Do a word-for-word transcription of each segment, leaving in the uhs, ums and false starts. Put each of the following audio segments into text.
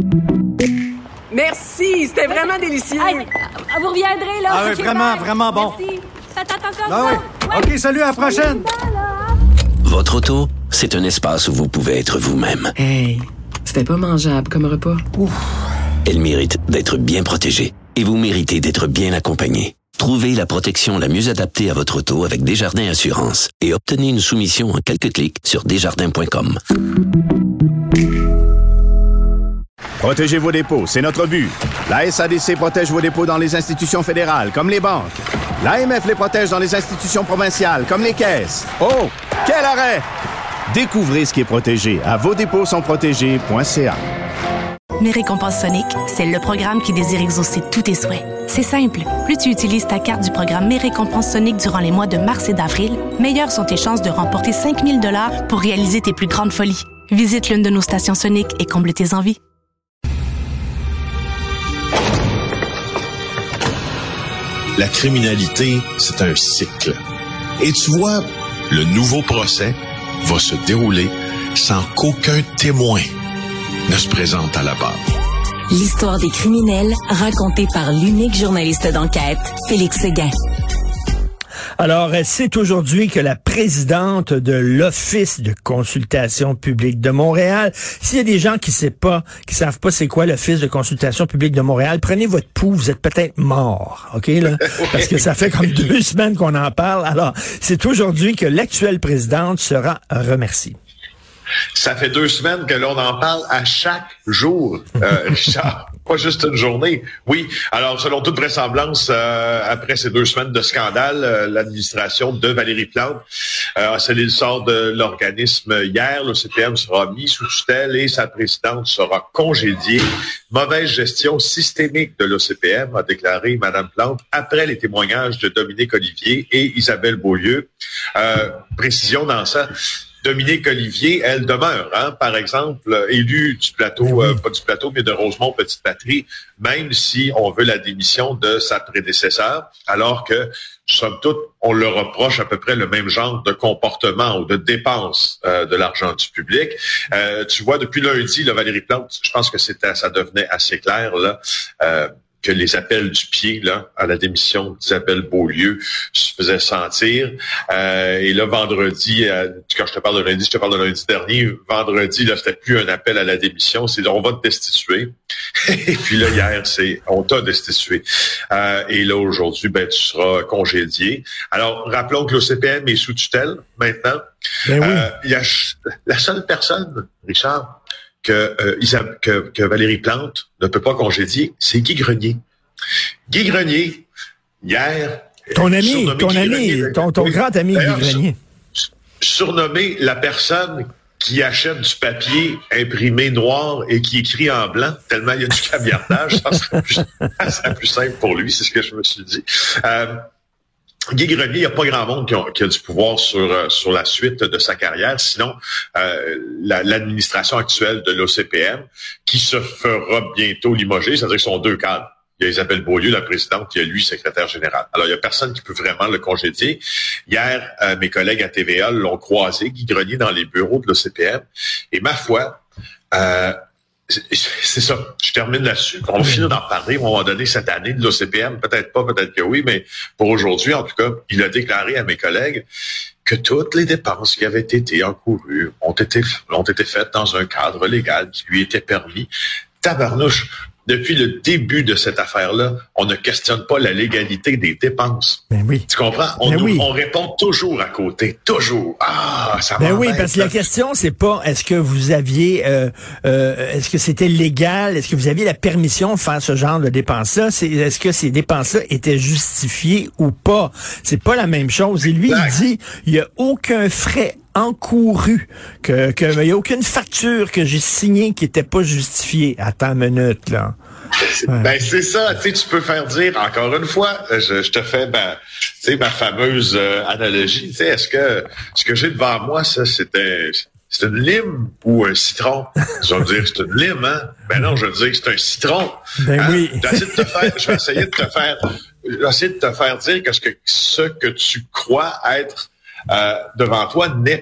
Merci, c'était vraiment délicieux. Hey, vous reviendrez, là. Ah oui, okay, vraiment, bye. vraiment bon. Merci. Faites attention. Ah oui. Ouais. OK, salut, à la prochaine. Votre auto, c'est un espace où vous pouvez être vous-même. Hey, c'était pas mangeable comme repas. Ouf. Elle mérite d'être bien protégée et vous méritez d'être bien accompagné. Trouvez la protection la mieux adaptée à votre auto avec Desjardins Assurance et obtenez une soumission en quelques clics sur desjardins point com. Protégez vos dépôts, c'est notre but. La S A D C protège vos dépôts dans les institutions fédérales, comme les banques. L'A M F les protège dans les institutions provinciales, comme les caisses. Oh, quel arrêt! Découvrez ce qui est protégé à vos dépôts sont protégés point c a. Mes récompenses Sonic, c'est le programme qui désire exaucer tous tes souhaits. C'est simple. Plus tu utilises ta carte du programme Mes récompenses Sonic durant les mois de mars et d'avril, meilleures sont tes chances de remporter cinq mille dollars pour réaliser tes plus grandes folies. Visite l'une de nos stations Sonic et comble tes envies. La criminalité, c'est un cycle. Et tu vois, le nouveau procès va se dérouler sans qu'aucun témoin ne se présente à la barre. L'histoire des criminels racontée par l'unique journaliste d'enquête, Félix Séguin. Alors, c'est aujourd'hui que la présidente de l'Office de consultation publique de Montréal, s'il y a des gens qui ne savent pas, qui savent pas c'est quoi l'Office de consultation publique de Montréal, prenez votre pouls, vous êtes peut-être mort, OK, là? Parce que ça fait comme deux semaines qu'on en parle. Alors, c'est aujourd'hui que l'actuelle présidente sera remerciée. Ça fait deux semaines que l'on en parle à chaque jour, euh, Richard. Pas juste une journée. Oui. Alors, selon toute vraisemblance, euh, après ces deux semaines de scandale, euh, l'administration de Valérie Plante euh, a scellé le sort de l'organisme hier. L'O C P M sera mis sous tutelle et sa présidente sera congédiée. Mauvaise gestion systémique de l'O C P M, a déclaré Mme Plante après les témoignages de Dominique Olivier et Isabelle Beaulieu. Euh, précision dans ça. Dominique Olivier, elle demeure, hein, par exemple, élue du plateau, euh, pas du plateau, mais de Rosemont-Petite-Patrie, même si on veut la démission de sa prédécesseur, alors que, somme toute, on leur reproche à peu près le même genre de comportement ou de dépenses euh, de l'argent du public. Euh, tu vois, depuis lundi, là, Valérie Plante, je pense que c'était, ça devenait assez clair, là, euh, que les appels du pied là à la démission d'Isabelle Beaulieu se faisaient sentir. Euh, et là, vendredi, euh, quand je te parle de lundi, je te parle de lundi dernier, vendredi, là, c'était plus un appel à la démission, c'est on va te destituer. Et puis là, hier, c'est on t'a destitué. Euh, et là, aujourd'hui, ben tu seras congédié. Alors, rappelons que l'O C P M est sous tutelle maintenant. Ben oui. Euh, il y a la seule personne, Richard, Que, euh, Isab- que, que Valérie Plante ne peut pas congédier, c'est Guy Grenier. Guy Grenier, hier... Ton ami, ton Guy ami, Grenier, ton, ton oui, grand ami Guy Grenier. Sur, surnommé la personne qui achète du papier imprimé noir et qui écrit en blanc, tellement il y a du caviardage, ça serait plus, ça serait plus simple pour lui, c'est ce que je me suis dit. Euh, Guy Grenier, il n'y a pas grand monde qui a, qui a du pouvoir sur sur la suite de sa carrière, sinon euh, la, l'administration actuelle de l'O C P M, qui se fera bientôt limoger, c'est-à-dire qu'ils sont deux cadres. Il y a Isabelle Beaulieu, la présidente, qui est lui secrétaire général. Alors, il n'y a personne qui peut vraiment le congédier. Hier, euh, mes collègues à T V A l'ont croisé, Guy Grenier, dans les bureaux de l'O C P M. Et ma foi, euh, c'est, c'est ça. Je termine là-dessus. On va finir d'en parler à un moment donné cette année de l'O C P M. Peut-être pas, peut-être que oui, mais pour aujourd'hui, en tout cas, il a déclaré à mes collègues que toutes les dépenses qui avaient été encourues ont été, ont été faites dans un cadre légal qui lui était permis. Tabarnouche! Depuis le début de cette affaire-là, on ne questionne pas la légalité des dépenses. Ben oui. Tu comprends? On, ben nous, oui. on répond toujours à côté. Toujours. Ah, ça Ben m'embête. oui, parce que la question, c'est pas est-ce que vous aviez, euh, euh, est-ce que c'était légal, est-ce que vous aviez la permission de faire ce genre de dépenses-là? C'est, est-ce que ces dépenses-là étaient justifiées ou pas? C'est pas la même chose. Et lui, exact. Il dit, il y a aucun frais encouru, que que il y a aucune facture que j'ai signée qui était pas justifiée. Attends une minute, là. Ouais. Ben c'est ça, tu sais, tu peux faire dire, encore une fois, je, je te fais ma, tu sais, ma fameuse euh, analogie, tu sais, est-ce que ce que j'ai devant moi, ça, c'était, c'est une lime ou un citron? Je vais me dire, c'est une lime, hein? Ben non, je vais dire que c'est un citron. Ben hein? oui. Je vais essayer de te faire, je vais essayer de te faire, je vais essayer de te faire dire que ce que, ce que tu crois être Euh, devant toi n'est pas.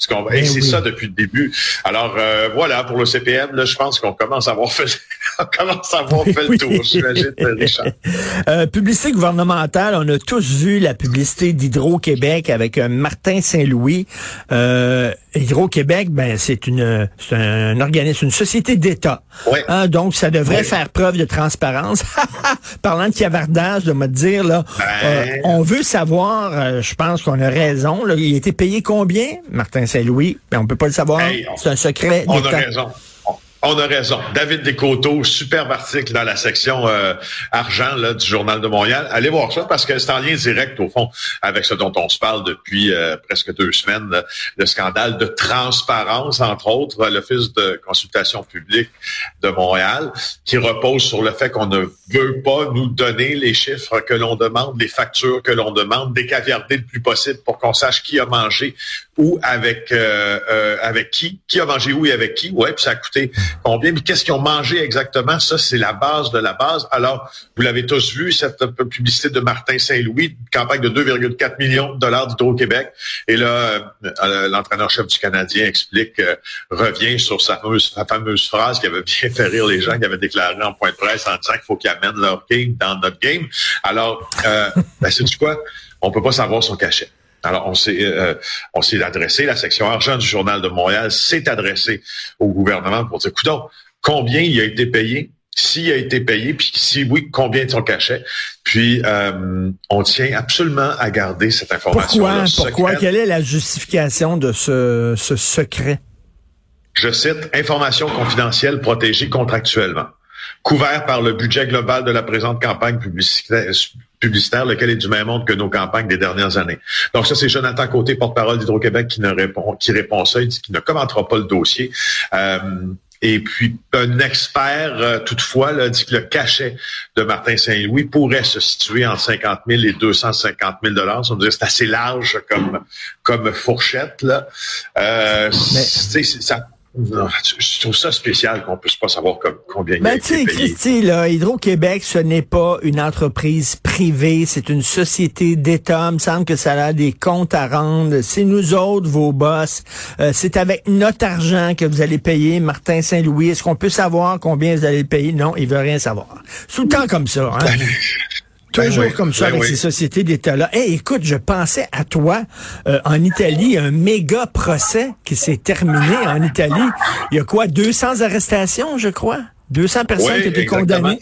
qu'on, et c'est oui. ça depuis le début. Alors euh, voilà, pour le C P M, là, je pense qu'on commence à avoir fait, on commence à avoir fait oui. le tour, j'imagine, Richard. Euh, publicité gouvernementale, on a tous vu la publicité d'Hydro-Québec avec euh, Martin Saint-Louis. Euh, Hydro-Québec, ben c'est une c'est un, un organisme, une société d'État. Oui. Hein, donc ça devrait oui. faire preuve de transparence. Parlant de cavardage, de me dire là, ben... euh, on veut savoir. Euh, je pense qu'on a raison. Là, il a été payé combien, Martin Saint-Louis? Ben, on peut pas le savoir. Hey, on, c'est un secret on d'État. On a raison. On a raison. David Descoteaux, superbe article dans la section euh, argent là, du Journal de Montréal. Allez voir ça parce que c'est en lien direct, au fond, avec ce dont on se parle depuis euh, presque deux semaines, là, le scandale de transparence, entre autres, l'Office de consultation publique de Montréal, qui repose sur le fait qu'on ne veut pas nous donner les chiffres que l'on demande, les factures que l'on demande, décaviarder le plus possible pour qu'on sache qui a mangé où, avec euh, euh, avec qui, qui a mangé où et avec qui. Ouais, puis ça a coûté combien, mais qu'est-ce qu'ils ont mangé exactement? Ça, c'est la base de la base. Alors, vous l'avez tous vu, cette publicité de Martin Saint-Louis, campagne de deux virgule quatre millions de dollars d'Hydro-Québec. Et là, euh, l'entraîneur-chef du Canadien explique, euh, revient sur sa fameuse, sa fameuse phrase qui avait bien fait rire les gens, qui avaient déclaré en point de presse en disant qu'il faut qu'ils amènent leur game dans notre game. Alors, euh, ben, sais-tu quoi? On peut pas savoir son cachet. Alors, on s'est, euh, on s'est adressé, la section argent du Journal de Montréal s'est adressée au gouvernement pour dire, coudonc, combien il a été payé? S'il a été payé, puis si oui, combien de son cachet? Puis, euh, on tient absolument à garder cette information. Pourquoi? Pourquoi? Quelle est la justification de ce, ce secret? Je cite, information confidentielle protégée contractuellement, couvert par le budget global de la présente campagne publicitaire, publicitaire, lequel est du même monde que nos campagnes des dernières années. Donc ça, c'est Jonathan Côté, porte-parole d'Hydro-Québec, qui ne répond, qui répond ça, qui ne commentera pas le dossier. Euh, et puis, un expert, euh, toutefois, là, dit que le cachet de Martin Saint-Louis pourrait se situer entre cinquante mille et deux cent cinquante mille dollars. On dirait que c'est assez large comme comme fourchette, là. Euh, Mais... c'est, c'est, ça... Non, je trouve ça spécial qu'on puisse pas savoir comme, combien ben, il a été payé. Christy, là, Hydro-Québec, ce n'est pas une entreprise privée, c'est une société d'État. Il me semble que ça a des comptes à rendre. C'est nous autres, vos boss. Euh, c'est avec notre argent que vous allez payer Martin Saint-Louis. Est-ce qu'on peut savoir combien vous allez le payer? Non, il veut rien savoir. C'est tout le temps comme ça, hein? Toujours ben oui, comme ça ben avec oui. ces sociétés d'État-là. Hey, écoute, je pensais à toi euh, en Italie, un méga procès qui s'est terminé en Italie. Il y a quoi, deux cents arrestations, je crois? deux cents personnes oui, qui ont été condamnées?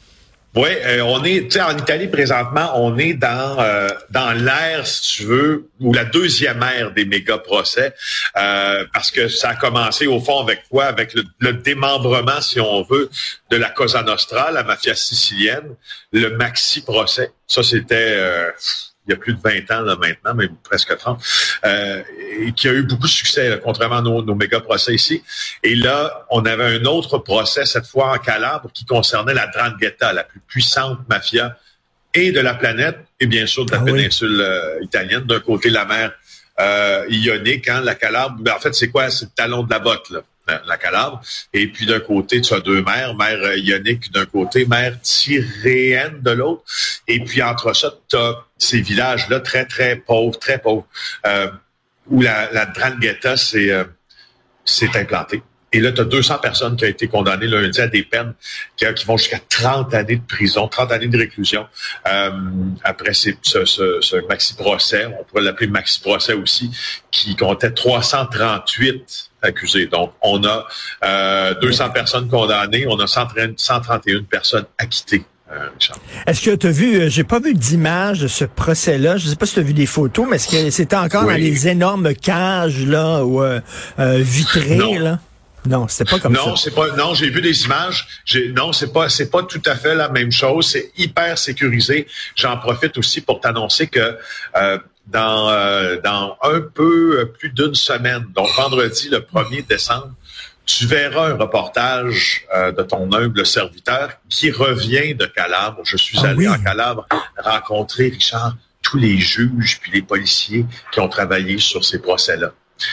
Oui, euh, on est, tu sais, en Italie présentement, on est dans euh, dans l'ère, si tu veux, ou la deuxième ère des méga procès, euh, parce que ça a commencé au fond avec quoi? Avec le, le démembrement, si on veut, de la Cosa Nostra, la mafia sicilienne, le maxi procès. Ça, c'était euh, il y a plus de vingt ans là maintenant, mais presque trente, euh, et qui a eu beaucoup de succès, là, contrairement à nos, nos méga procès ici. Et là, on avait un autre procès, cette fois en Calabre, qui concernait la 'Ndrangheta, la plus puissante mafia et de la planète, et bien sûr de la ah péninsule oui. euh, italienne. D'un côté, la mer euh, Ionique, hein, la Calabre. Ben, en fait, c'est quoi? C'est le talon de la botte, là. La Calabre, et puis d'un côté, tu as deux mers, mer Ionique d'un côté, mer Tyréenne de l'autre, et puis entre ça, tu as ces villages-là très, très pauvres, très pauvres, euh, où la, la 'Ndrangheta s'est euh, s'est implantée. Et là, tu as deux cents personnes qui ont été condamnées lundi à des peines qui, qui vont jusqu'à trente années de prison, trente années de réclusion. Euh, après ces, ce, ce, ce maxi-procès, on pourrait l'appeler maxi-procès aussi, qui comptait trois cent trente-huit accusés. Donc, on a euh, deux cents personnes condamnées, on a cent trente et une personnes acquittées. Euh, est-ce que tu as vu, euh, j'ai pas vu d'images de ce procès-là, je sais pas si tu as vu des photos, mais est-ce que c'était encore oui. dans les énormes cages là, ou euh, euh, vitrées non. là? Non, c'était pas comme non, ça. Non, c'est pas. Non, j'ai vu des images. J'ai, non, c'est pas. C'est pas tout à fait la même chose. C'est hyper sécurisé. J'en profite aussi pour t'annoncer que euh, dans euh, dans un peu plus d'une semaine, donc vendredi le premier décembre, tu verras un reportage euh, de ton humble serviteur qui revient de Calabre. Je suis ah, allé oui. en Calabre rencontrer, Richard, tous les juges puis les policiers qui ont travaillé sur ces procès-là.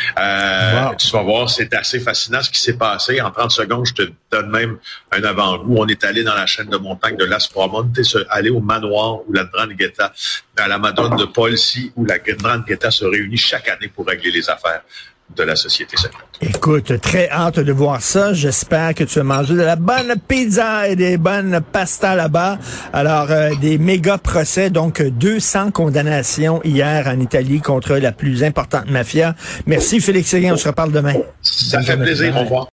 Euh, wow. Tu vas voir, c'est assez fascinant ce qui s'est passé. En trente secondes, je te donne même un avant-goût. On est allé dans la chaîne de montagne de l'Aspromonte, allé au manoir où la 'Ndrangheta, à la Madone de Polsi, où la 'Ndrangheta se réunit chaque année pour régler les affaires. de la société secrète. Écoute, très hâte de voir ça. J'espère que tu as mangé de la bonne pizza et des bonnes pastas là-bas. Alors, euh, des méga procès, donc deux cents condamnations hier en Italie contre la plus importante mafia. Merci Félix Séguin, on se reparle demain. Ça fait plaisir, au revoir.